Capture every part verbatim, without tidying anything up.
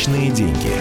Личные деньги.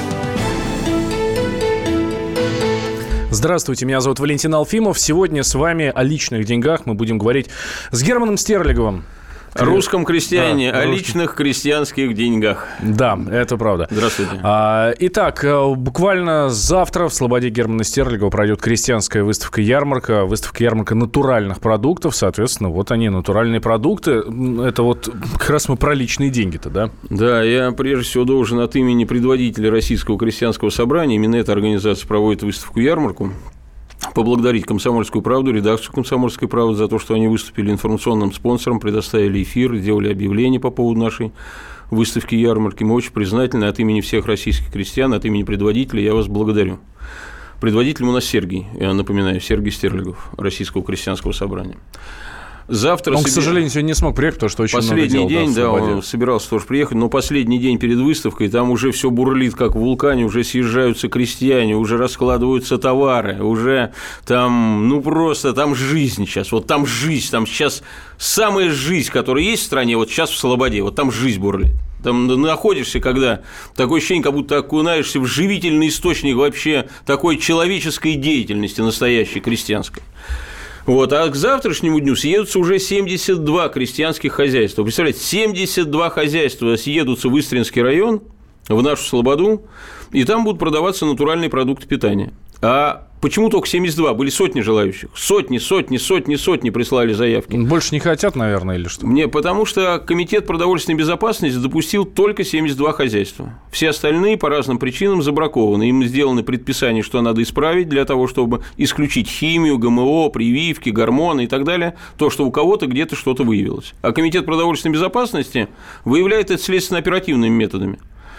Здравствуйте, меня зовут Валентин Алфимов. Сегодня с вами о личных деньгах мы будем говорить с Германом Стерлиговым. О русском крестьянине, да, о русском. личных крестьянских деньгах. Да, это правда. Здравствуйте. А, итак, буквально завтра в Слободе Германа Стерлигова пройдет крестьянская выставка-ярмарка, выставка-ярмарка натуральных продуктов, соответственно, вот они, натуральные продукты. Это вот как раз мы про личные деньги-то, да? Да, я прежде всего должен от имени предводителя Российского крестьянского собрания, именно эта организация проводит выставку-ярмарку, поблагодарить «Комсомольскую правду», редакцию «Комсомольской правды» за то, что они выступили информационным спонсором, предоставили эфир, сделали объявление по поводу нашей выставки-ярмарки. Мы очень признательны от имени всех российских крестьян, от имени предводителя я вас благодарю. Предводителем у нас Сергей, я напоминаю, Сергей Стерлигов, Российского крестьянского собрания. Завтра, он, собер... к сожалению, сегодня не смог приехать, потому что очень последний много дел. День, да, да, он собирался тоже приехать, но последний день перед выставкой, там уже все бурлит, как в вулкане, уже съезжаются крестьяне, уже раскладываются товары, уже там, ну просто там жизнь сейчас, вот там жизнь, там сейчас самая жизнь, которая есть в стране, вот сейчас в Слободе, вот там жизнь бурлит. Там находишься, когда такое ощущение, как будто окунаешься в живительный источник вообще такой человеческой деятельности, настоящей, крестьянской. Вот, а к завтрашнему дню съедутся уже семьдесят два крестьянских хозяйства. Представляете, семьдесят два хозяйства съедутся в Истринский район, в нашу Слободу, и там будут продаваться натуральные продукты питания. А почему только семьдесят два? Были сотни желающих. Сотни, сотни, сотни, сотни прислали заявки. Больше не хотят, наверное, или что? Мне, потому что Комитет продовольственной безопасности допустил только семьдесят два хозяйства. Все остальные по разным причинам забракованы. Им сделаны предписания, что надо исправить для того, чтобы исключить химию, ГМО, прививки, гормоны и так далее. То, что у кого-то где-то что-то выявилось. А Комитет продовольственной безопасности выявляет это следственно-оперативными методами.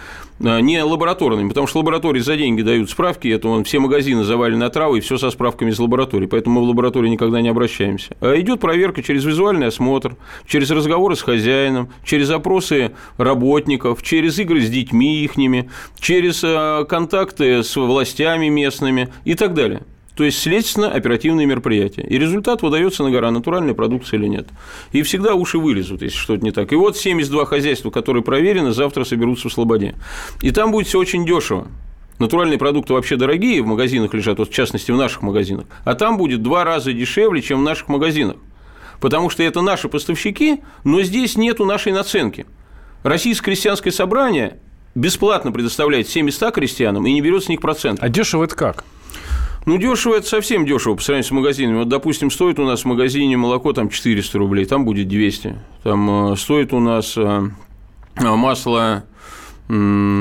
Не лабораторными, потому что лаборатории за деньги дают справки, это вон, все магазины завалены отравой, и все со справками из лаборатории, поэтому мы в лаборатории никогда не обращаемся. А идет проверка через визуальный осмотр, через разговоры с хозяином, через опросы работников, через игры с детьми ихними, через контакты с властями местными и так далее. То есть следственно-оперативные мероприятия. И результат выдается на гора, натуральная продукция или нет. И всегда уши вылезут, если что-то не так. И вот семьдесят два хозяйства, которые проверены, завтра соберутся в Слободе. И там будет все очень дешево. Натуральные продукты вообще дорогие, в магазинах лежат, вот в частности в наших магазинах. А там будет в два раза дешевле, чем в наших магазинах. Потому что это наши поставщики, но здесь нету нашей наценки. Российское крестьянское собрание бесплатно предоставляет семьдесят крестьянам и не берет с них процент. А дешево это как? Ну, дешево – это совсем дешево по сравнению с магазинами. Вот, допустим, стоит у нас в магазине молоко там четыреста рублей, там будет двести. Там э, стоит у нас э, масло, э,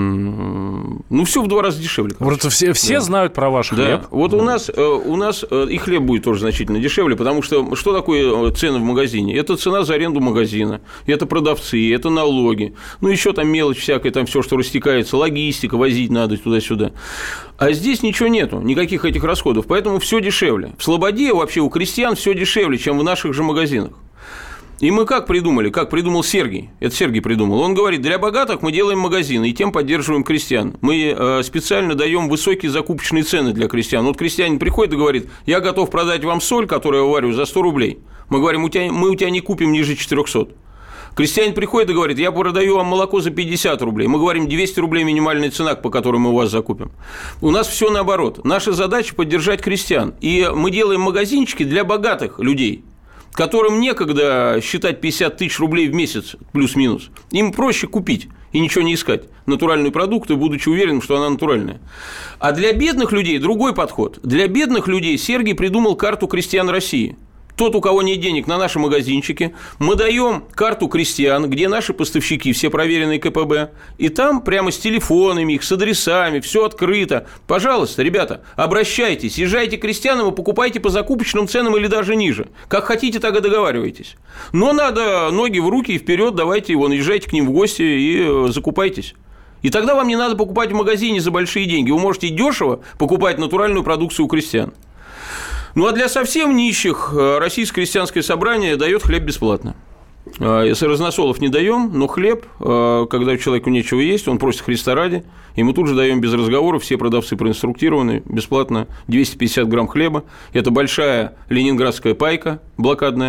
ну, все в два раза дешевле. Просто все, все да. знают про ваш хлеб. Да. Вот да. у нас, э, у нас э, и хлеб будет тоже значительно дешевле, потому что что такое цены в магазине? Это цена за аренду магазина, это продавцы, это налоги, ну, еще там мелочь всякая, там все, что растекается, логистика, возить надо туда-сюда. А здесь ничего нету, никаких этих расходов, поэтому все дешевле. В Слободе вообще у крестьян все дешевле, чем в наших же магазинах. И мы как придумали, как придумал Сергей, это Сергей придумал, он говорит, для богатых мы делаем магазины и тем поддерживаем крестьян. Мы специально даем высокие закупочные цены для крестьян. Вот крестьянин приходит и говорит, я готов продать вам соль, которую я варю, за сто рублей. Мы говорим, у тебя, мы у тебя не купим ниже четырехсот. Крестьянин приходит и говорит, я продаю вам молоко за пятьдесят рублей. Мы говорим, двести рублей минимальная цена, по которой мы у вас закупим. У нас все наоборот. Наша задача – поддержать крестьян. И мы делаем магазинчики для богатых людей, которым некогда считать пятьдесят тысяч рублей в месяц, плюс-минус. Им проще купить и ничего не искать. Натуральные продукты, будучи уверенным, что она натуральная. А для бедных людей другой подход. Для бедных людей Сергей придумал карту крестьян России. Тот, у кого нет денег на наши магазинчики, мы даем карту крестьян, где наши поставщики, все проверенные ка пэ бэ, и там прямо с телефонами их, с адресами, все открыто. Пожалуйста, ребята, обращайтесь, езжайте к крестьянам и покупайте по закупочным ценам или даже ниже. Как хотите, так и договаривайтесь. Но надо ноги в руки и вперед, давайте, вон, езжайте к ним в гости и закупайтесь. И тогда вам не надо покупать в магазине за большие деньги. Вы можете дешево покупать натуральную продукцию у крестьян. Ну, а для совсем нищих Российское крестьянское собрание дает хлеб бесплатно. Если разносолов не даем, но хлеб, когда человеку нечего есть, он просит Христа ради, и мы тут же даем без разговоров, все продавцы проинструктированы, бесплатно двести пятьдесят грамм хлеба. Это большая ленинградская пайка блокадная,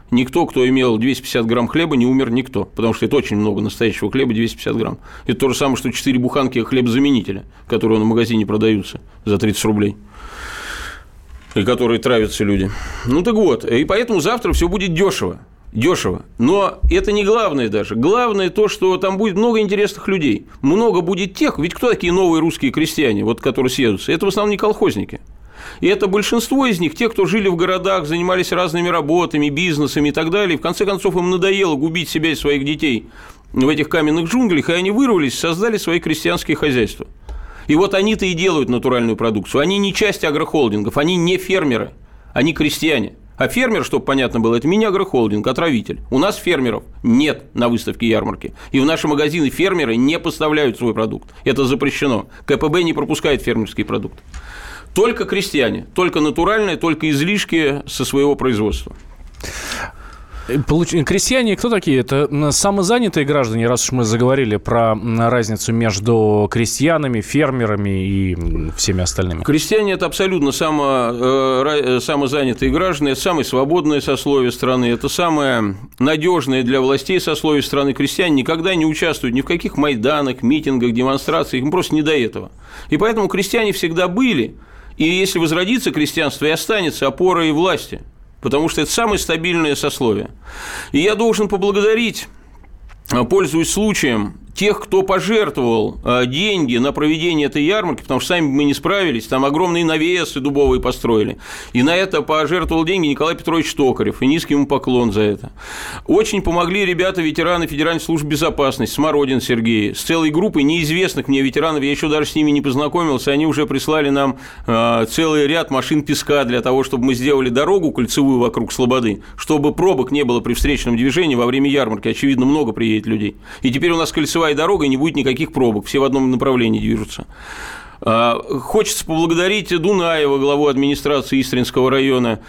Никто, кто имел двести пятьдесят грамм хлеба, не умер никто, потому что это очень много настоящего хлеба, двести пятьдесят грамм. Это то же самое, что четыре буханки хлебозаменителя, которые в магазине продаются за тридцать рублей. И которые травятся люди. Ну так вот, и поэтому завтра все будет дешево. Дешево. Но это не главное даже. Главное то, что там будет много интересных людей. Много будет тех, ведь кто такие новые русские крестьяне, вот, которые съедутся? Это в основном не колхозники. И это большинство из них, те, кто жили в городах, занимались разными работами, бизнесами и так далее. И в конце концов им надоело губить себя и своих детей в этих каменных джунглях, и они вырвались, создали свои крестьянские хозяйства. И вот они-то и делают натуральную продукцию. Они не часть агрохолдингов, они не фермеры, они крестьяне. А фермер, чтобы понятно было, это мини-агрохолдинг, отравитель. У нас фермеров нет на выставке ярмарки. И в наши магазины фермеры не поставляют свой продукт. Это запрещено. КПБ не пропускает фермерский продукт. Только крестьяне, только натуральные, только излишки со своего производства. Крестьяне кто такие? Это самозанятые граждане, раз уж мы заговорили про разницу между крестьянами, фермерами и всеми остальными. Крестьяне – это абсолютно само, самозанятые граждане, это самое свободное сословие страны, это самое надежное для властей сословие страны. Крестьяне никогда не участвуют ни в каких майданах, митингах, демонстрациях, им просто не до этого. И поэтому крестьяне всегда были, и если возродится крестьянство, и останется опорой власти. Потому что это самое стабильное сословие. И я должен поблагодарить, пользуясь случаем, тех, кто пожертвовал деньги на проведение этой ярмарки, потому что сами мы не справились, там огромные навесы дубовые построили. И на это пожертвовал деньги Николай Петрович Токарев, и низкий ему поклон за это. Очень помогли ребята, ветераны Федеральной службы безопасности, Смородин Сергей, с целой группой неизвестных мне ветеранов, я еще даже с ними не познакомился, они уже прислали нам целый ряд машин песка для того, чтобы мы сделали дорогу кольцевую вокруг Слободы, чтобы пробок не было при встречном движении во время ярмарки, очевидно, много приедет людей. И теперь у нас кольцевая дорога, и не будет никаких пробок, все в одном направлении движутся. Хочется поблагодарить Дунаева, главу администрации Истринского района,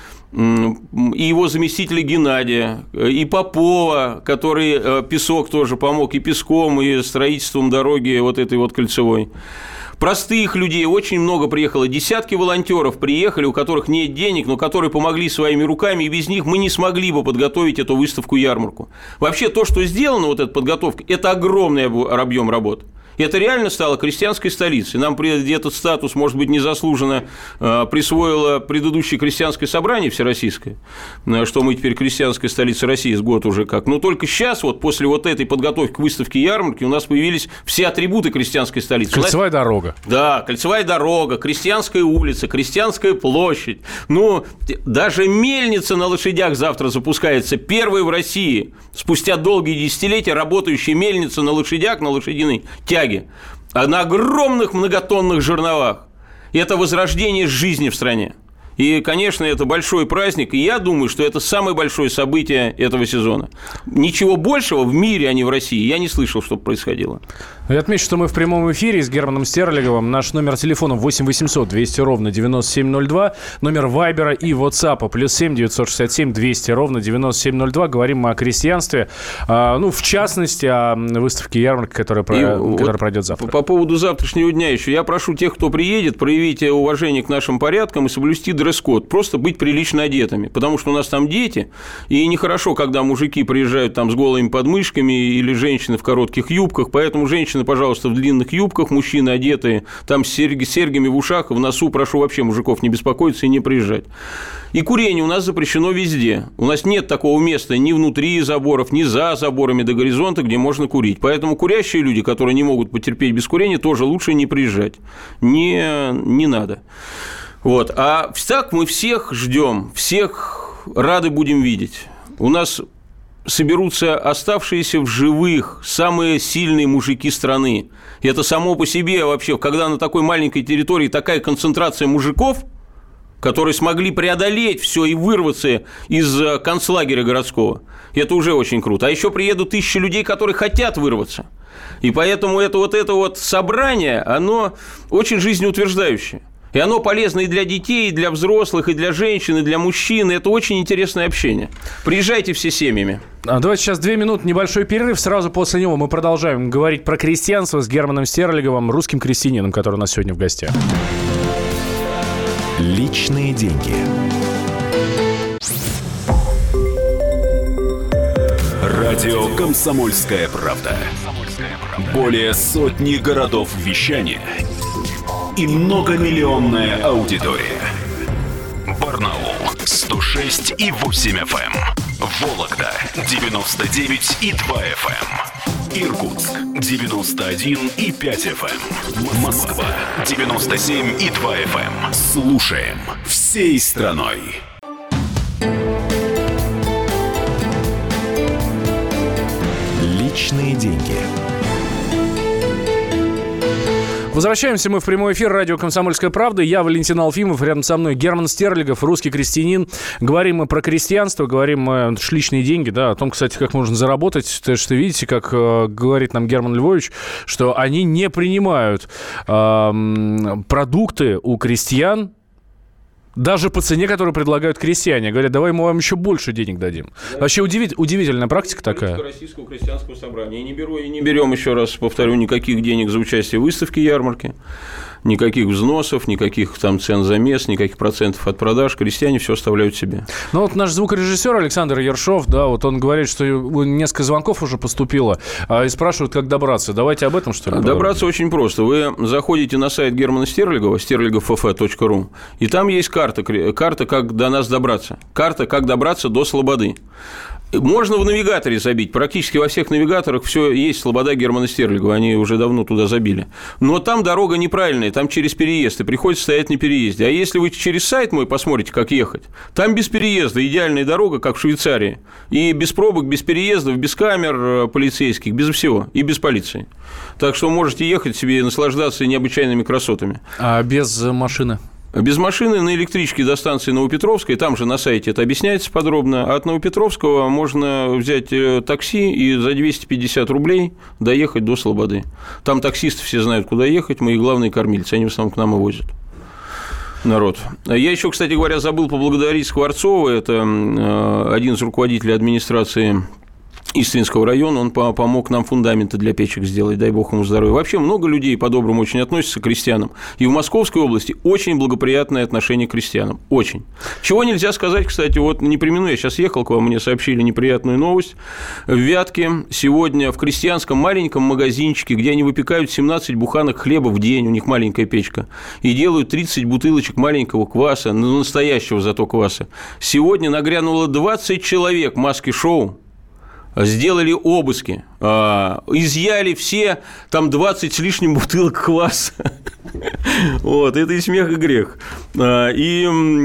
и его заместителя Геннадия, и Попова, который песок тоже помог, и песком, и строительством дороги вот этой вот кольцевой. Простых людей очень много приехало, десятки волонтеров приехали, у которых нет денег, но которые помогли своими руками, и без них мы не смогли бы подготовить эту выставку-ярмарку. Вообще то, что сделано, вот эта подготовка, это огромный объем работ. Это реально стало крестьянской столицей. Нам этот статус, может быть, незаслуженно присвоило предыдущее крестьянское собрание всероссийское, что мы теперь крестьянская столица России с год уже как. Но только сейчас, вот после вот этой подготовки к выставке ярмарки, у нас появились все атрибуты крестьянской столицы. Кольцевая дорога. Да, кольцевая дорога, Крестьянская улица, Крестьянская площадь. Ну, даже мельница на лошадях завтра запускается, первая в России, спустя долгие десятилетия, работающая мельница на лошадях, на лошадиной тяге. А на огромных многотонных жерновах. Это возрождение жизни в стране. И, конечно, это большой праздник, и я думаю, что это самое большое событие этого сезона. Ничего большего в мире, а не в России, я не слышал, что происходило. Я отмечу, что мы в прямом эфире с Германом Стерлиговым. Наш номер телефона восемь восемьсот двести ровно девяносто семь ноль два. Номер Вайбера и WhatsApp плюс семь девятьсот шестьдесят семь двести ровно девяносто семь ноль два. Говорим мы о крестьянстве. А, ну, в частности, о выставке ярмарки, которая, про... которая вот пройдет завтра. По поводу завтрашнего дня еще. Я прошу тех, кто приедет, проявить уважение к нашим порядкам и соблюсти дресс-код. Просто быть прилично одетыми. Потому что у нас там дети. И нехорошо, когда мужики приезжают там с голыми подмышками или женщины в коротких юбках. Поэтому женщины, пожалуйста, в длинных юбках, мужчины одетые, там с серьги, серьгами в ушах, в носу, прошу вообще мужиков не беспокоиться и не приезжать. И курение у нас запрещено везде. У нас нет такого места ни внутри заборов, ни за заборами до горизонта, где можно курить. Поэтому курящие люди, которые не могут потерпеть без курения, тоже лучше не приезжать. Не, не надо. Вот. А так мы всех ждем, всех рады будем видеть. У нас соберутся оставшиеся в живых самые сильные мужики страны. И это само по себе вообще, когда на такой маленькой территории такая концентрация мужиков, которые смогли преодолеть все и вырваться из концлагеря городского, это уже очень круто. А еще приедут тысячи людей, которые хотят вырваться. И поэтому это вот это вот собрание, оно очень жизнеутверждающее. И оно полезно и для детей, и для взрослых, и для женщин, и для мужчин. И это очень интересное общение. Приезжайте все семьями. А давайте сейчас две минуты, небольшой перерыв. Сразу после него мы продолжаем говорить про крестьянство с Германом Стерлиговым, русским крестьянином, который у нас сегодня в гостях. Личные деньги. Радио «Комсомольская правда». Более сотни городов вещания и многомиллионная аудитория. Барнаул сто шесть и восемь эф эм, Вологда девяносто девять и два эф эм, Иркутск девяносто один и пять эф эм, Москва девяносто семь и два эф эм. Слушаем всей страной. Личные деньги. Возвращаемся мы в прямой эфир радио «Комсомольская правда». Я Валентин Алфимов, рядом со мной Герман Стерлигов, русский крестьянин. Говорим мы про крестьянство, говорим мы личные деньги, да, о том, кстати, как можно заработать. То, что видите, как э, говорит нам Герман Львович, что они не принимают э, продукты у крестьян, даже по цене, которую предлагают крестьяне. Говорят, давай мы вам еще больше денег дадим. Да. Вообще удивит, удивительная практика такая. Российского крестьянского собрания. Я не беру, и не берем, еще раз повторю, никаких денег за участие в выставке ярмарки. Никаких взносов, никаких там цен за мест, никаких процентов от продаж. Крестьяне все оставляют себе. Ну вот наш звукорежиссер Александр Ершов, да, вот он говорит, что несколько звонков уже поступило, а, и спрашивают, как добраться. Давайте об этом, что ли? Добраться очень просто. Вы заходите на сайт Германа Стерлигова, стерлигов эф точка ру, и там есть карта, карта, как до нас добраться. Карта, как добраться до Слободы. Можно в навигаторе забить. Практически во всех навигаторах все есть Слобода Германа Стерлигова. Они уже давно туда забили. Но там дорога неправильная, там через переезд. И приходится стоять на переезде. А если вы через сайт мой посмотрите, как ехать, там без переезда идеальная дорога, как в Швейцарии. И без пробок, без переездов, без камер полицейских, без всего. И без полиции. Так что можете ехать себе и наслаждаться необычайными красотами. А без машины? Без машины на электричке до станции Новопетровской, там же на сайте это объясняется подробно, а от Новопетровского можно взять такси и за двести пятьдесят рублей доехать до Слободы. Там таксисты все знают, куда ехать, мы их главные кормильцы, они в основном к нам и возят народ. Я еще, кстати говоря, забыл поблагодарить Скворцова, это один из руководителей администрации Истринского района, он помог нам фундаменты для печек сделать, дай бог ему здоровья. Вообще много людей по-доброму очень относятся к крестьянам. И в Московской области очень благоприятное отношение к крестьянам. Очень. Чего нельзя сказать, кстати, вот не премину, я сейчас ехал к вам, мне сообщили неприятную новость. В Вятке сегодня в крестьянском маленьком магазинчике, где они выпекают семнадцать буханок хлеба в день, у них маленькая печка, и делают тридцать бутылочек маленького кваса, настоящего зато кваса. Сегодня нагрянуло двадцать человек маски-шоу, сделали обыски, изъяли все там двадцать с лишним бутылок кваса. Вот, это и смех, и грех. И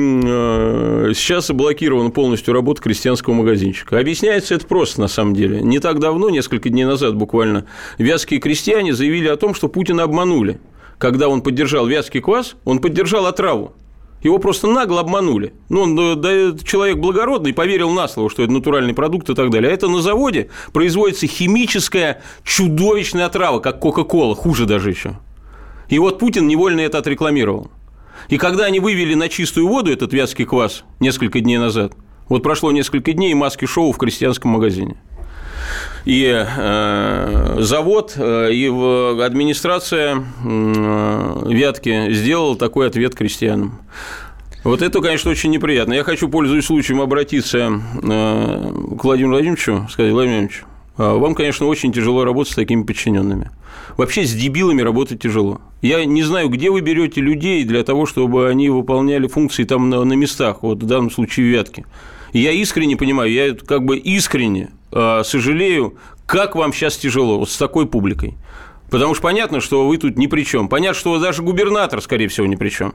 сейчас заблокирована полностью работа крестьянского магазинчика. Объясняется это просто, на самом деле. Не так давно, несколько дней назад буквально, вятские крестьяне заявили о том, что Путина обманули. Когда он поддержал вятский квас, он поддержал отраву. Его просто нагло обманули. Ну, он да, человек благородный, поверил на слово, что это натуральный продукт и так далее. А это на заводе производится химическая чудовищная отрава, как Кока-Кола, хуже даже еще. И вот Путин невольно это отрекламировал. И когда они вывели на чистую воду этот вятский квас несколько дней назад, вот прошло несколько дней, и маски-шоу в крестьянском магазине. И э, завод, э, и в администрация э, Вятки сделала такой ответ крестьянам. Вот это, конечно, очень неприятно. Я хочу, пользуясь случаем, обратиться э, к Владимиру Владимировичу, сказать: Владимир Владимирович, вам, конечно, очень тяжело работать с такими подчиненными. Вообще с дебилами работать тяжело. Я не знаю, где вы берете людей для того, чтобы они выполняли функции там на, на местах, вот в данном случае в Вятке. И я искренне понимаю, я как бы искренне э, сожалею, как вам сейчас тяжело вот с такой публикой. Потому что понятно, что вы тут ни при чем. Понятно, что даже губернатор, скорее всего, ни при чем.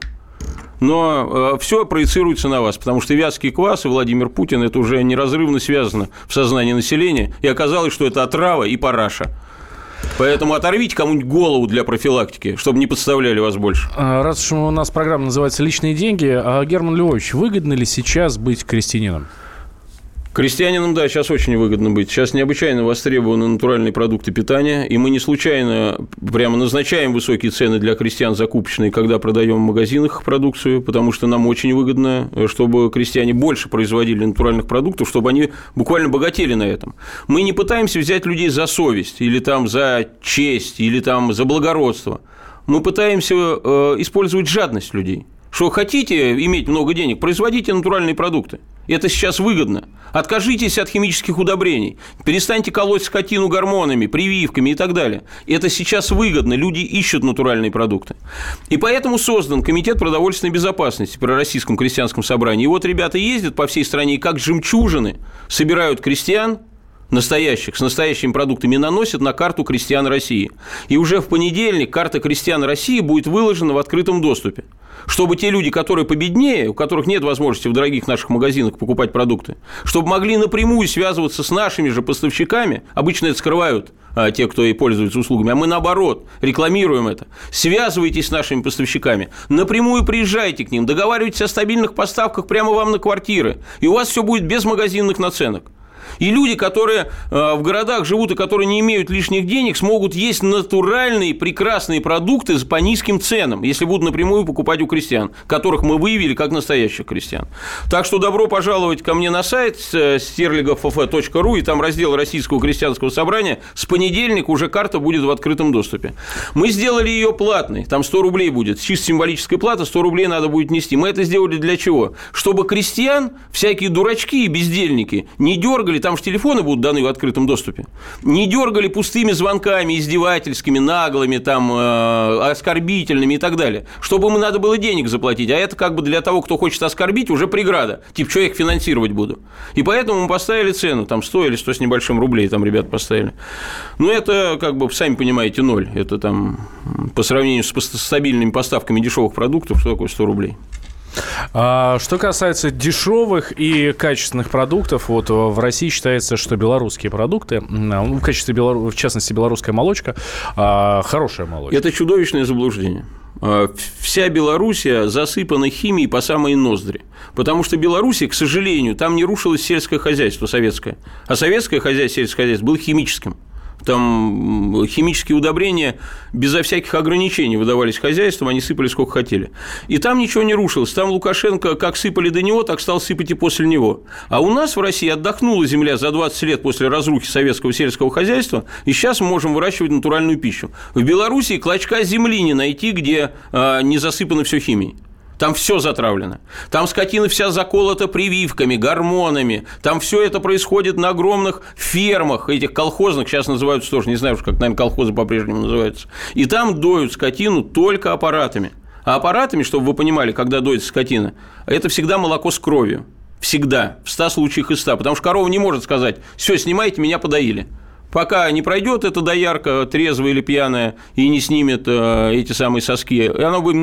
Но э, все проецируется на вас, потому что вятский квас и Владимир Путин – это уже неразрывно связано в сознании населения. И оказалось, что это отрава и параша. Поэтому оторвите кому-нибудь голову для профилактики, чтобы не подставляли вас больше. Раз уж у нас программа называется «Личные деньги», а Герман Львович, выгодно ли сейчас быть крестьянином? Крестьянинам, да, сейчас очень выгодно быть. Сейчас необычайно востребованы натуральные продукты питания, и мы не случайно прямо назначаем высокие цены для крестьян закупочные, когда продаем в магазинах продукцию, потому что нам очень выгодно, чтобы крестьяне больше производили натуральных продуктов, чтобы они буквально богатели на этом. Мы не пытаемся взять людей за совесть, или там за честь, или там за благородство. Мы пытаемся использовать жадность людей. Что хотите иметь много денег, производите натуральные продукты. Это сейчас выгодно. Откажитесь от химических удобрений. Перестаньте колоть скотину гормонами, прививками и так далее. Это сейчас выгодно. Люди ищут натуральные продукты. И поэтому создан Комитет продовольственной безопасности при Российском крестьянском собрании. И вот ребята ездят по всей стране и как жемчужины собирают крестьян, настоящих, с настоящими продуктами, наносят на карту крестьян России. И уже в понедельник карта крестьян России будет выложена в открытом доступе. Чтобы те люди, которые победнее, у которых нет возможности в дорогих наших магазинах покупать продукты, чтобы могли напрямую связываться с нашими же поставщиками, обычно это скрывают а, те, кто и пользуется услугами, а мы наоборот рекламируем это. Связывайтесь с нашими поставщиками, напрямую приезжайте к ним, договаривайтесь о стабильных поставках прямо вам на квартиры, и у вас все будет без магазинных наценок. И люди, которые в городах живут и которые не имеют лишних денег, смогут есть натуральные, прекрасные продукты по низким ценам, если будут напрямую покупать у крестьян, которых мы выявили как настоящих крестьян. Так что добро пожаловать ко мне на сайт стерлигов эф точка ру, и там раздел Российского крестьянского собрания. С понедельника уже карта будет в открытом доступе. Мы сделали ее платной, там сто рублей будет, чисто символическая плата, сто рублей надо будет нести. Мы это сделали для чего? Чтобы крестьян, всякие дурачки и бездельники не дергали, там же телефоны будут даны в открытом доступе, не дергали пустыми звонками, издевательскими, наглыми, там, э, оскорбительными и так далее, чтобы им надо было денег заплатить, а это как бы для того, кто хочет оскорбить, уже преграда, типа, что я их финансировать буду. И поэтому мы поставили цену, там, сто или сто с небольшим рублей, там, ребята поставили. Но это, как бы, сами понимаете, ноль, это там, по сравнению с стабильными поставками дешевых продуктов, что такое сто рублей. Что касается дешевых и качественных продуктов, вот в России считается, что белорусские продукты, в качестве, в частности, белорусская молочка, хорошая молочка. Это чудовищное заблуждение. Вся Белоруссия засыпана химией по самые ноздри. Потому что Белоруссия, к сожалению, там не рушилось сельское хозяйство советское. А советское хозяйство, сельское хозяйство было химическим. Там химические удобрения безо всяких ограничений выдавались хозяйствам, они сыпали сколько хотели. И там ничего не рушилось. Там Лукашенко как сыпали до него, так стал сыпать и после него. А у нас в России отдохнула земля за двадцать лет после разрухи советского сельского хозяйства, и сейчас мы можем выращивать натуральную пищу. В Белоруссии клочка земли не найти, где а, не засыпано все химией. Там все затравлено. Там скотина вся заколота прививками, гормонами. Там все это происходит на огромных фермах, этих колхозных, сейчас называются тоже, не знаю уж, как, наверное, колхозы по-прежнему называются. И там доют скотину только аппаратами. А аппаратами, чтобы вы понимали, когда доится скотина, это всегда молоко с кровью. Всегда. В ста случаях из ста. Потому что корова не может сказать: все, снимайте, меня подоили. Пока не пройдет эта доярка, трезвая или пьяная, и не снимет э, эти самые соски, и она будет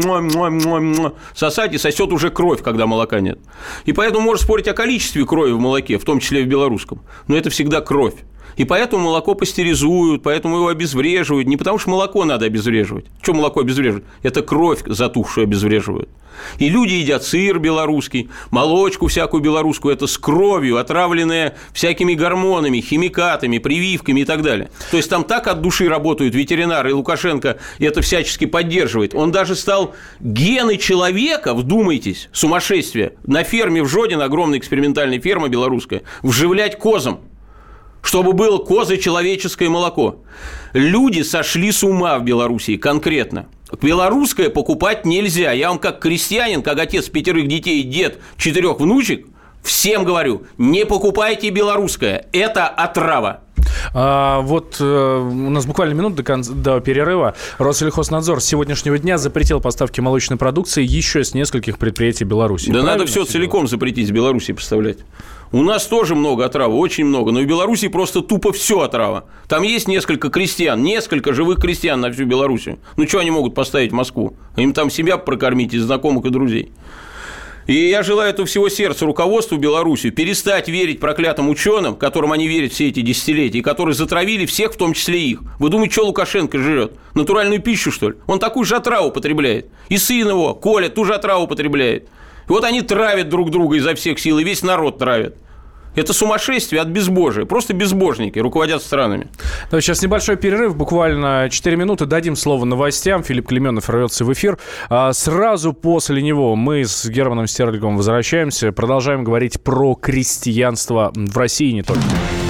сосать и сосет уже кровь, когда молока нет. И поэтому можно спорить о количестве крови в молоке, в том числе в белорусском, но это всегда кровь. И поэтому молоко пастеризуют, поэтому его обезвреживают. Не потому что молоко надо обезвреживать. Что молоко обезвреживать? Это кровь затухшую обезвреживают. И люди едят сыр белорусский, молочку всякую белорусскую, это с кровью, отравленная всякими гормонами, химикатами, прививками и так далее. То есть там так от души работают ветеринары, и Лукашенко это всячески поддерживает. Он даже стал гены человека, вдумайтесь, сумасшествие, на ферме в Жодино, огромная экспериментальная ферма белорусская, вживлять козам, чтобы было козочеловеческое молоко. Люди сошли с ума в Белоруссии конкретно. Белорусское покупать нельзя. Я вам как крестьянин, как отец пятерых детей, дед четырех внучек, всем говорю: не покупайте белорусское. Это отрава. А, вот э, у нас буквально минута до, конца, до перерыва. Россельхознадзор с сегодняшнего дня запретил поставки молочной продукции еще с нескольких предприятий Беларуси. Да правильно надо все целиком запретить с Беларуси поставлять. У нас тоже много отравы, очень много, но в Беларуси просто тупо все отрава. Там есть несколько крестьян, несколько живых крестьян на всю Белоруссию. Ну, что они могут поставить в Москву? Им там себя прокормить, и знакомых, и друзей. И я желаю от всего сердца руководству Беларуси перестать верить проклятым ученым, которым они верят все эти десятилетия, и которые затравили всех, в том числе их. Вы думаете, что Лукашенко жрет? Натуральную пищу, что ли? Он такую же отраву потребляет. И сын его, Коля, ту же отраву потребляет. И вот они травят друг друга изо всех сил, и весь народ травят. Это сумасшествие от безбожия. Просто безбожники руководят странами. Да, сейчас небольшой перерыв, буквально четыре минуты. Дадим слово новостям. Филипп Клеменов рвется в эфир. А сразу после него мы с Германом Стерлиговым возвращаемся. Продолжаем говорить про крестьянство в России, не только.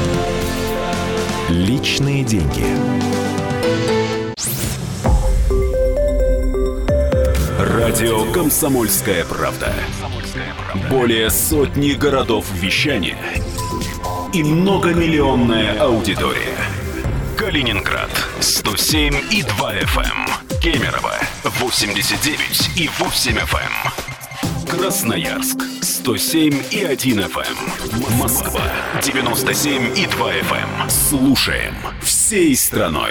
Личные деньги. Радио «Комсомольская правда». Более сотни городов вещания и многомиллионная аудитория. Калининград сто семь и два эф эм, Кемерово восемьдесят девять и восемь эф эм, Красноярск сто семь и один эф эм, Москва девяносто семь и два эф эм. Слушаем всей страной.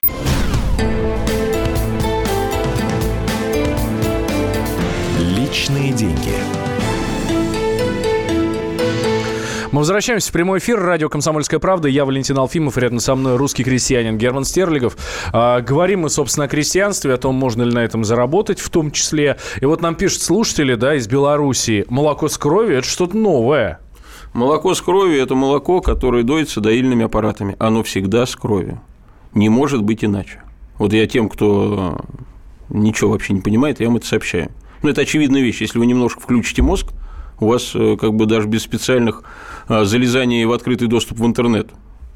Личные деньги. Мы возвращаемся в прямой эфир. Радио «Комсомольская правда». Я Валентин Алфимов. Рядом со мной русский крестьянин Герман Стерлигов. А, говорим мы, собственно, о крестьянстве, о том, можно ли на этом заработать в том числе. И вот нам пишут слушатели, да, из Белоруссии. Молоко с кровью – это что-то новое. Молоко с кровью – это молоко, которое доится доильными аппаратами. Оно всегда с кровью. Не может быть иначе. Вот я тем, кто ничего вообще не понимает, я вам это сообщаю. Ну, это очевидная вещь. Если вы немножко включите мозг, у вас как бы даже без специальных залезаний в открытый доступ в интернет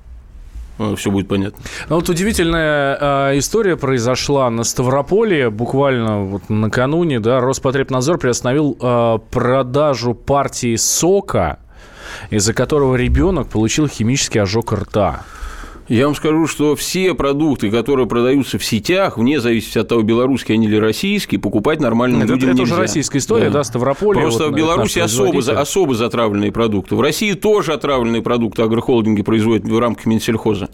все будет понятно. Ну, вот удивительная э, история произошла на Ставрополе. Буквально вот накануне, да, Роспотребнадзор приостановил э, продажу партии сока, из-за которого ребенок получил химический ожог рта. Я вам скажу, что все продукты, которые продаются в сетях, вне зависимости от того, белорусские они или российские, покупать нормальным Нет, людям это, нельзя. Это уже российская история, да, да Ставрополье. Просто вот, в Беларуси особо, особо затравленные продукты. В России тоже отравленные продукты агрохолдинги производят в рамках Минсельхоза.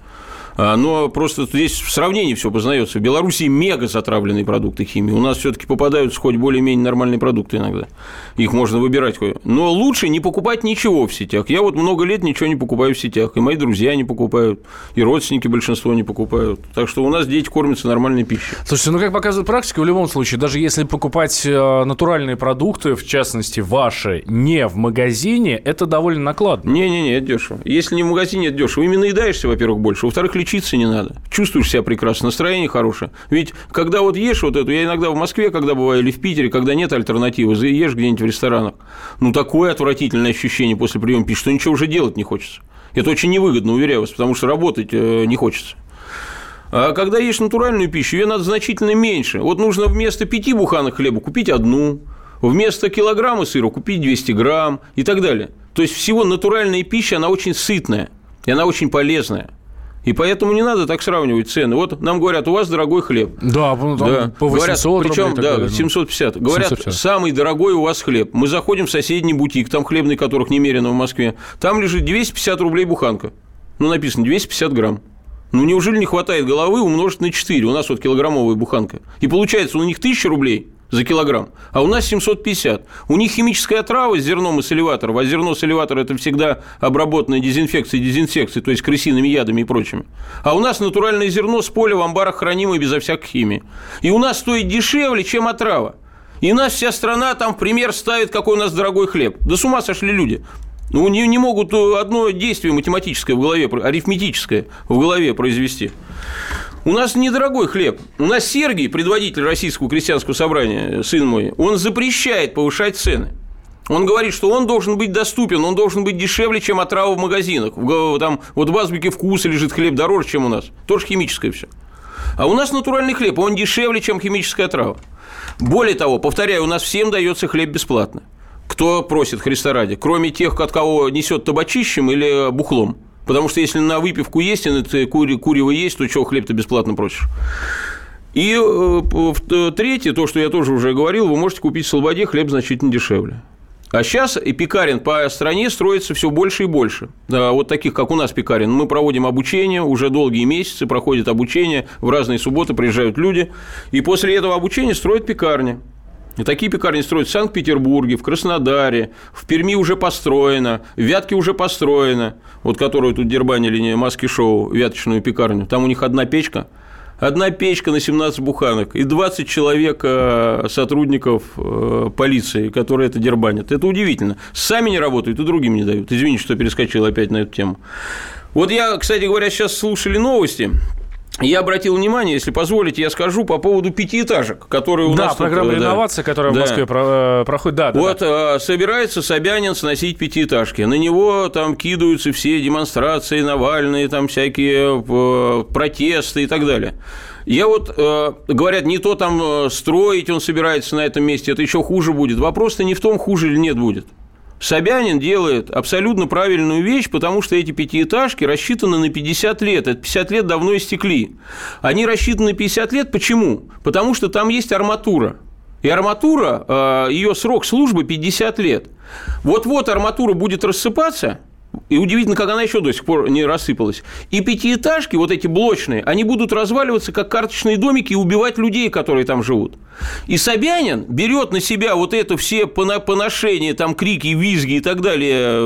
Но просто здесь в сравнении все познается. В Беларуси мега затравленные продукты химии. У нас все-таки попадаются хоть более-менее нормальные продукты иногда. Их можно выбирать. Но лучше не покупать ничего в сетях. Я вот много лет ничего не покупаю в сетях. И мои друзья не покупают, и родственники большинство не покупают. Так что у нас дети кормятся нормальной пищей. Слушайте, ну как показывает практика, в любом случае, даже если покупать натуральные продукты, в частности ваши, не в магазине, это довольно накладно. Не-не-не, это дешево. Если не в магазине, это дешево. Именно наедаешься, во-первых, больше. Во-вторых, лечиться не надо. Чувствуешь себя прекрасно, настроение хорошее. Ведь когда вот ешь вот эту, я иногда в Москве, когда бываю, или в Питере, когда нет альтернативы, ешь где-нибудь в ресторанах, ну такое отвратительное ощущение после приема пищи, что ничего уже делать не хочется. Это очень невыгодно, уверяю вас, потому что работать не хочется. А когда ешь натуральную пищу, ее надо значительно меньше. Вот нужно вместо пяти буханок хлеба купить одну, вместо килограмма сыра купить двести грамм и так далее. То есть всего натуральная пища, она очень сытная, и она очень полезная. И поэтому не надо так сравнивать цены. Вот нам говорят, у вас дорогой хлеб. Да, да. По восемьсот говорят, причем, рублей. Да, далее, семьсот пятьдесят. Говорят, семьсот пятьдесят. Самый дорогой у вас хлеб. Мы заходим в соседний бутик, там хлебный, которых немерено в Москве. Там лежит двести пятьдесят рублей буханка. Ну, написано двести пятьдесят грамм. Ну, неужели не хватает головы умножить на четыре? У нас вот килограммовая буханка. И получается, у них тысяча рублей за килограмм, а у нас семьсот пятьдесят. У них химическая отрава с зерном и с элеватором, а зерно с элеватором – это всегда обработанная дезинфекцией, дезинсекцией, то есть крысиными ядами и прочими. А у нас натуральное зерно с поля в амбарах хранимое безо всякой химии. И у нас стоит дешевле, чем отрава. И нас вся страна там в пример ставит, какой у нас дорогой хлеб. Да с ума сошли люди. Ну, не, не могут одно действие математическое в голове, арифметическое в голове произвести. У нас недорогой хлеб. У нас Сергий, предводитель Российского крестьянского собрания, сын мой, он запрещает повышать цены. Он говорит, что он должен быть доступен, он должен быть дешевле, чем отрава в магазинах. Там вот в Азбуке вкуса лежит хлеб дороже, чем у нас. Тоже химическое все. А у нас натуральный хлеб, он дешевле, чем химическая отрава. Более того, повторяю, у нас всем дается хлеб бесплатно. Кто просит, Христа ради, кроме тех, от кого несет табачищем или бухлом. Потому что если на выпивку есть, и на курево есть, то чего хлеб-то бесплатно просишь? И э, третье, то, что я тоже уже говорил, вы можете купить в Слободе хлеб значительно дешевле. А сейчас и пекарен по стране строится все больше и больше. Да, вот таких, как у нас пекарен. Мы проводим обучение, уже долгие месяцы проходит обучение, в разные субботы приезжают люди, и после этого обучения строят пекарни. И такие пекарни строят в Санкт-Петербурге, в Краснодаре, в Перми уже построено, в Вятке уже построено, вот которую тут дербанили Маски-шоу, вяточную пекарню. Там у них одна печка, одна печка на семнадцать буханок и двадцать человек сотрудников полиции, которые это дербанят. Это удивительно. Сами не работают и другим не дают. Извините, что перескочил опять на эту тему. Вот я, кстати говоря, сейчас слушали новости. Я обратил внимание, если позволите, я скажу по поводу пятиэтажек, которые у да, нас... Программа тут, реновации, да, которая да. в Москве про, проходит. Да, да, вот да. Собирается Собянин сносить пятиэтажки. На него там кидаются все демонстрации, Навальные, там всякие протесты и так далее. Я вот, говорят, не то там строить он собирается на этом месте, это еще хуже будет. Вопрос-то не в том, хуже или нет будет. Собянин делает абсолютно правильную вещь, потому что эти пятиэтажки рассчитаны на пятьдесят лет. Это пятьдесят лет давно истекли. Они рассчитаны на пятьдесят лет. Почему? Потому что там есть арматура. И арматура, ее срок службы пятьдесят лет. Вот-вот арматура будет рассыпаться. И удивительно, как она еще до сих пор не рассыпалась. И пятиэтажки, вот эти блочные, они будут разваливаться, как карточные домики, и убивать людей, которые там живут. И Собянин берет на себя вот это все поношения, там, крики, визги и так далее,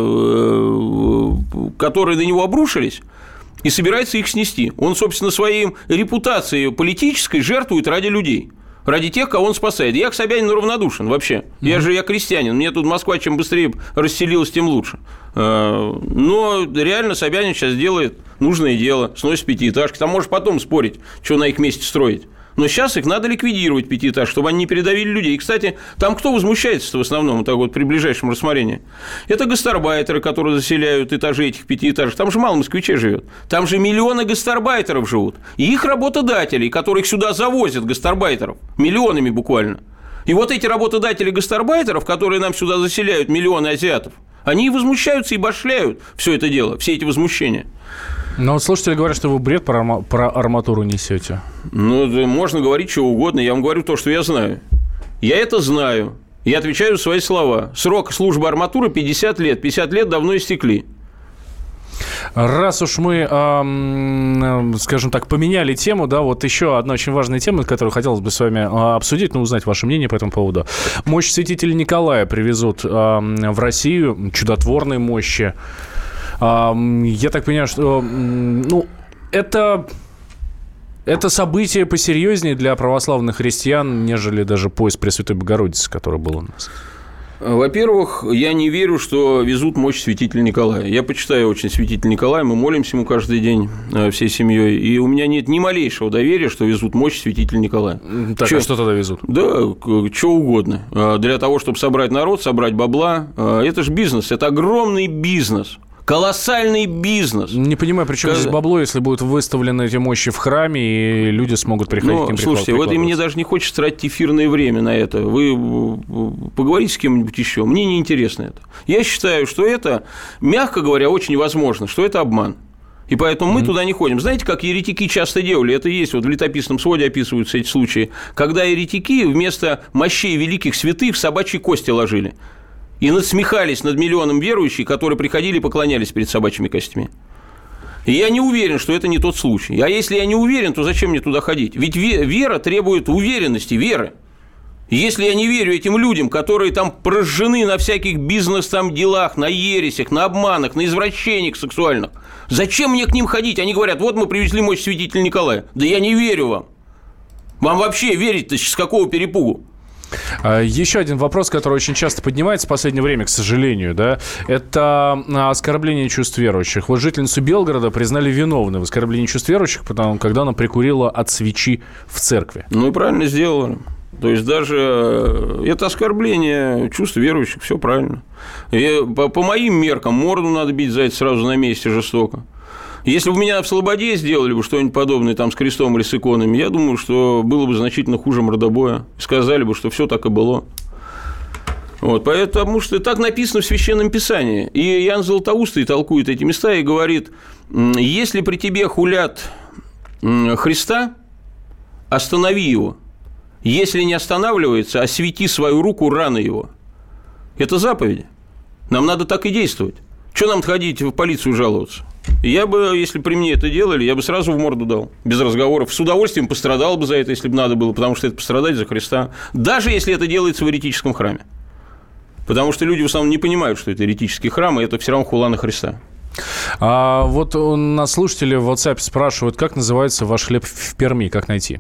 которые на него обрушились, и собирается их снести. Он, собственно, своей репутацией политической жертвует ради людей. Ради тех, кого он спасает. Я к Собянину равнодушен вообще. Mm-hmm. Я же я крестьянин. Мне тут Москва чем быстрее расселилась, тем лучше. Но реально Собянин сейчас делает нужное дело. Сносит пятиэтажки. Там можешь потом спорить, что на их месте строить. Но сейчас их надо ликвидировать, пятиэтаж, чтобы они не передавили людей. И, кстати, там кто возмущается в основном, вот так вот при ближайшем рассмотрении? Это гастарбайтеры, которые заселяют этажи этих пятиэтажек. Там же мало москвичей живет. Там же миллионы гастарбайтеров живут. И их работодателей, которых сюда завозят, гастарбайтеров, миллионами буквально. И вот эти работодатели гастарбайтеров, которые нам сюда заселяют миллионы азиатов, они и возмущаются, и башляют все это дело, все эти возмущения. Но вот слушатели говорят, что вы бред про, арма- про арматуру несете. Ну, можно говорить что угодно. Я вам говорю то, что я знаю. Я это знаю. Я отвечаю за свои слова. Срок службы арматуры пятьдесят лет. пятьдесят лет давно истекли. Раз уж мы, э, скажем так, поменяли тему, да, вот еще одна очень важная тема, которую хотелось бы с вами обсудить, ну, узнать ваше мнение по этому поводу. Мощь святителя Николая привезут э, в Россию, чудотворной мощи. Я так понимаю, что ну, это, это событие посерьезнее для православных христиан, нежели даже поезд Пресвятой Богородицы, который был у нас. Во-первых, я не верю, что везут мощь святителя Николая. Я почитаю очень святителя Николая, мы молимся ему каждый день всей семьей, и у меня нет ни малейшего доверия, что везут мощь святителя Николая. Так, чё? А что тогда везут? Да, что угодно. Для того, чтобы собрать народ, собрать бабла. Это же бизнес, это огромный бизнес. Колоссальный бизнес. Не понимаю, при чем Когда... здесь бабло, если будут выставлены эти мощи в храме, и люди смогут приходить ну, к ним. Слушайте, вот и мне даже не хочется тратить эфирное время на это. Вы поговорите с кем-нибудь еще. Мне не интересно это. Я считаю, что это, мягко говоря, очень возможно, что это обман. И поэтому мы mm-hmm. туда не ходим. Знаете, как еретики часто делали? Это есть, вот в летописном своде описываются эти случаи. Когда еретики вместо мощей великих святых собачьи кости ложили. И насмехались над миллионом верующих, которые приходили и поклонялись перед собачьими костями. И я не уверен, что это не тот случай. А если я не уверен, то зачем мне туда ходить? Ведь вера требует уверенности, веры. Если я не верю этим людям, которые там прожжены на всяких бизнес-делах, на ересях, на обманах, на извращениях сексуальных, зачем мне к ним ходить? Они говорят, вот мы привезли мощь святителя Николая. Да я не верю вам. Вам вообще верить-то с какого перепугу? Еще один вопрос, который очень часто поднимается в последнее время, к сожалению, да, это оскорбление чувств верующих. Вот жительницу Белгорода признали виновной в оскорблении чувств верующих, потому, когда она прикурила от свечи в церкви. Ну и правильно сделала. То есть даже это оскорбление чувств верующих, все правильно. И по, по моим меркам морду надо бить за это сразу на месте жестоко. Если бы меня в Слободе сделали бы что-нибудь подобное там с крестом или с иконами, я думаю, что было бы значительно хуже мордобоя. Сказали бы, что все так и было. Вот, потому что так написано в Священном Писании. И Иоанн Златоустый толкует эти места и говорит, если при тебе хулят Христа, останови его. Если не останавливается, освети свою руку раны его. Это заповедь. Нам надо так и действовать. Что нам ходить в полицию жаловаться? Я бы, если при мне это делали, я бы сразу в морду дал, без разговоров. С удовольствием пострадал бы за это, если бы надо было, потому что это пострадать за Христа. Даже если это делается в еретическом храме. Потому что люди в основном не понимают, что это еретический храм, и это все равно хула на Христа. А вот у нас слушатели в WhatsApp спрашивают, как называется ваш хлеб в Перми, как найти?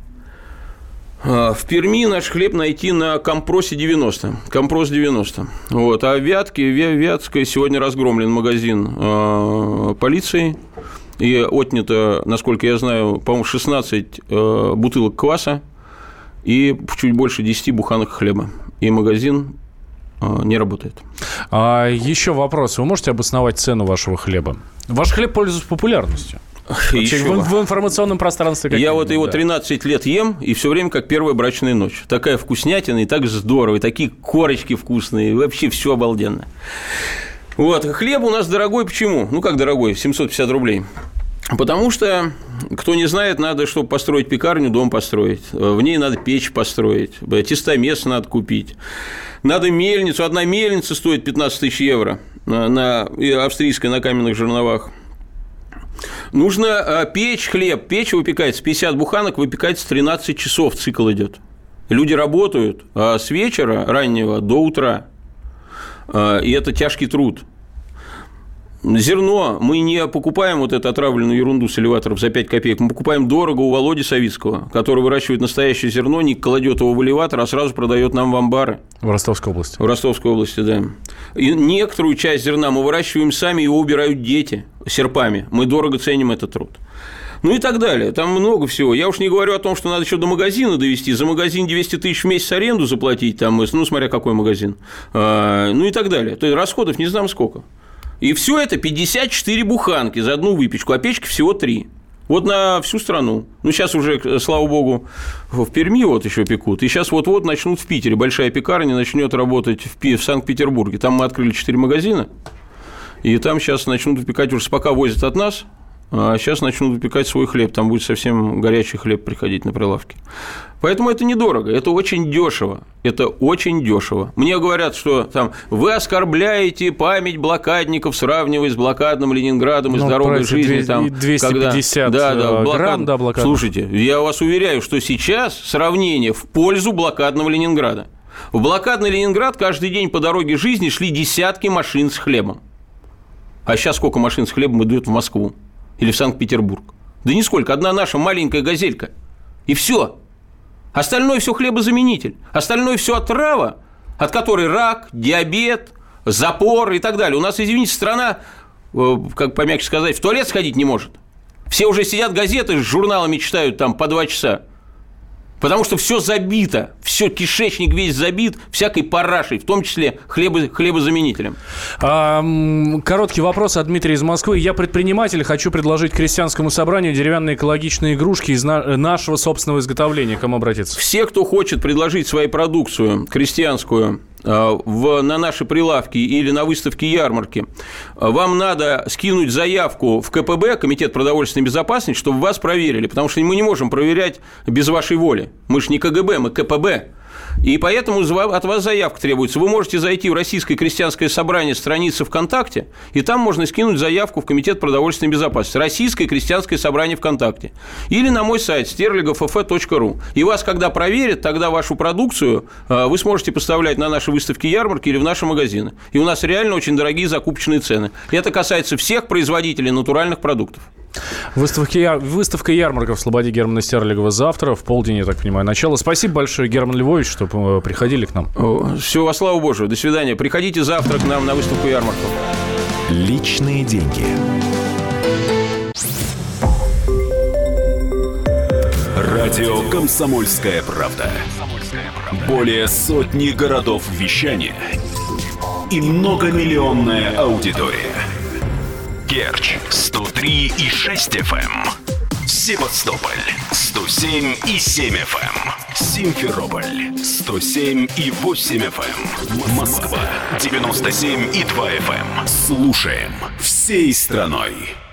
В Перми наш хлеб найти на Компросе девяносто. Компрос девяносто. Вот. А в Вятке, Вятской сегодня разгромлен магазин э, полицией. И отнято, насколько я знаю, по-моему, шестнадцать э, бутылок кваса и чуть больше десять буханок хлеба. И магазин э, не работает. А еще вопрос. Вы можете обосновать цену вашего хлеба? Ваш хлеб пользуется популярностью. Вообще, в, в информационном пространстве. Я вот его да. тринадцать лет ем, и все время как первая брачная ночь. Такая вкуснятина, и так здорово, и такие корочки вкусные, и вообще все обалденно. Вот, хлеб у нас дорогой, почему? Ну, как дорогой, семьсот пятьдесят рублей. Потому что, кто не знает, надо, чтобы построить пекарню, дом построить. В ней надо печь построить, тестомес надо купить. Надо мельницу. Одна мельница стоит пятнадцать тысяч евро, на, австрийская, на каменных жерновах. Нужно печь хлеб. Печь выпекается, пятьдесят буханок выпекается тринадцать часов, цикл идет. Люди работают с вечера раннего до утра. И это тяжкий труд. Зерно мы не покупаем вот эту отравленную ерунду с элеваторов за пять копеек. Мы покупаем дорого у Володи Савицкого, который выращивает настоящее зерно, не кладет его в элеватор, а сразу продает нам в амбары. В Ростовской области. В Ростовской области, да. И некоторую часть зерна мы выращиваем сами, его убирают дети серпами. Мы дорого ценим этот труд. Ну и так далее. Там много всего. Я уж не говорю о том, что надо еще до магазина довести. За магазин двести тысяч в месяц аренду заплатить, там, ну, смотря какой магазин. А, ну и так далее. То есть расходов не знаю сколько. И все это пятьдесят четыре буханки за одну выпечку, а печки всего три. Вот на всю страну. Ну, сейчас уже, слава богу, в Перми вот еще пекут. И сейчас вот-вот начнут в Питере. Большая пекарня начнет работать в, в Санкт-Петербурге. Там мы открыли четыре магазина. И там сейчас начнут выпекать, уже пока возят от нас, а сейчас начнут выпекать свой хлеб. Там будет совсем горячий хлеб приходить на прилавки. Поэтому это недорого, это очень дешево. Это очень дешево. Мне говорят, что там вы оскорбляете память блокадников, сравнивая с блокадным Ленинградом и ну, с дорогой жизни. Там, двести пятьдесят когда, да, да, блокад... грамм, да, блокад. Слушайте, я вас уверяю, что сейчас сравнение в пользу блокадного Ленинграда. В блокадный Ленинград каждый день по дороге жизни шли десятки машин с хлебом. А сейчас сколько машин с хлебом идут в Москву или в Санкт-Петербург? Да нисколько, одна наша маленькая газелька. И все. Остальное все хлебозаменитель. Остальное все отрава, от которой рак, диабет, запор и так далее. У нас, извините, страна, как помягче сказать, в туалет сходить не может. Все уже сидят газеты с журналами читают там по два часа. Потому что все забито, все, кишечник весь забит всякой парашей, в том числе хлебо, хлебозаменителем. А, короткий вопрос от Дмитрия из Москвы. Я предприниматель, хочу предложить крестьянскому собранию деревянные экологичные игрушки из на- нашего собственного изготовления. К кому обратиться? Все, кто хочет предложить свою продукцию крестьянскую в, на наши прилавки или на выставке ярмарки, вам надо скинуть заявку в ка пэ бэ, Комитет продовольственной безопасности, чтобы вас проверили, потому что мы не можем проверять без вашей воли. Мы же не ка гэ бэ, мы ка пэ бэ. И поэтому от вас заявка требуется. Вы можете зайти в Российское крестьянское собрание, страница ВКонтакте, и там можно скинуть заявку в Комитет продовольственной безопасности. Российское крестьянское собрание ВКонтакте. Или на мой сайт стерлигов эф э точка ру. И вас, когда проверят, тогда вашу продукцию вы сможете поставлять на наши выставки ярмарки или в наши магазины. И у нас реально очень дорогие закупочные цены. И это касается всех производителей натуральных продуктов. Выставка, выставка ярмарка в Слободе Германа Стерлигова завтра, в полдень, я так понимаю, начало. Спасибо большое, Герман Львович, что приходили к нам. Все, во славу Божию. До свидания. Приходите завтра к нам на выставку ярмарку. Личные деньги. Радио «Комсомольская правда». Более сотни городов вещания и многомиллионная аудитория. Керчь сто три и шесть эф эм, Севастополь сто семь и семь эф эм, Симферополь сто семь и восемь эф эм, Москва девяносто семь и два эф эм. Слушаем всей страной.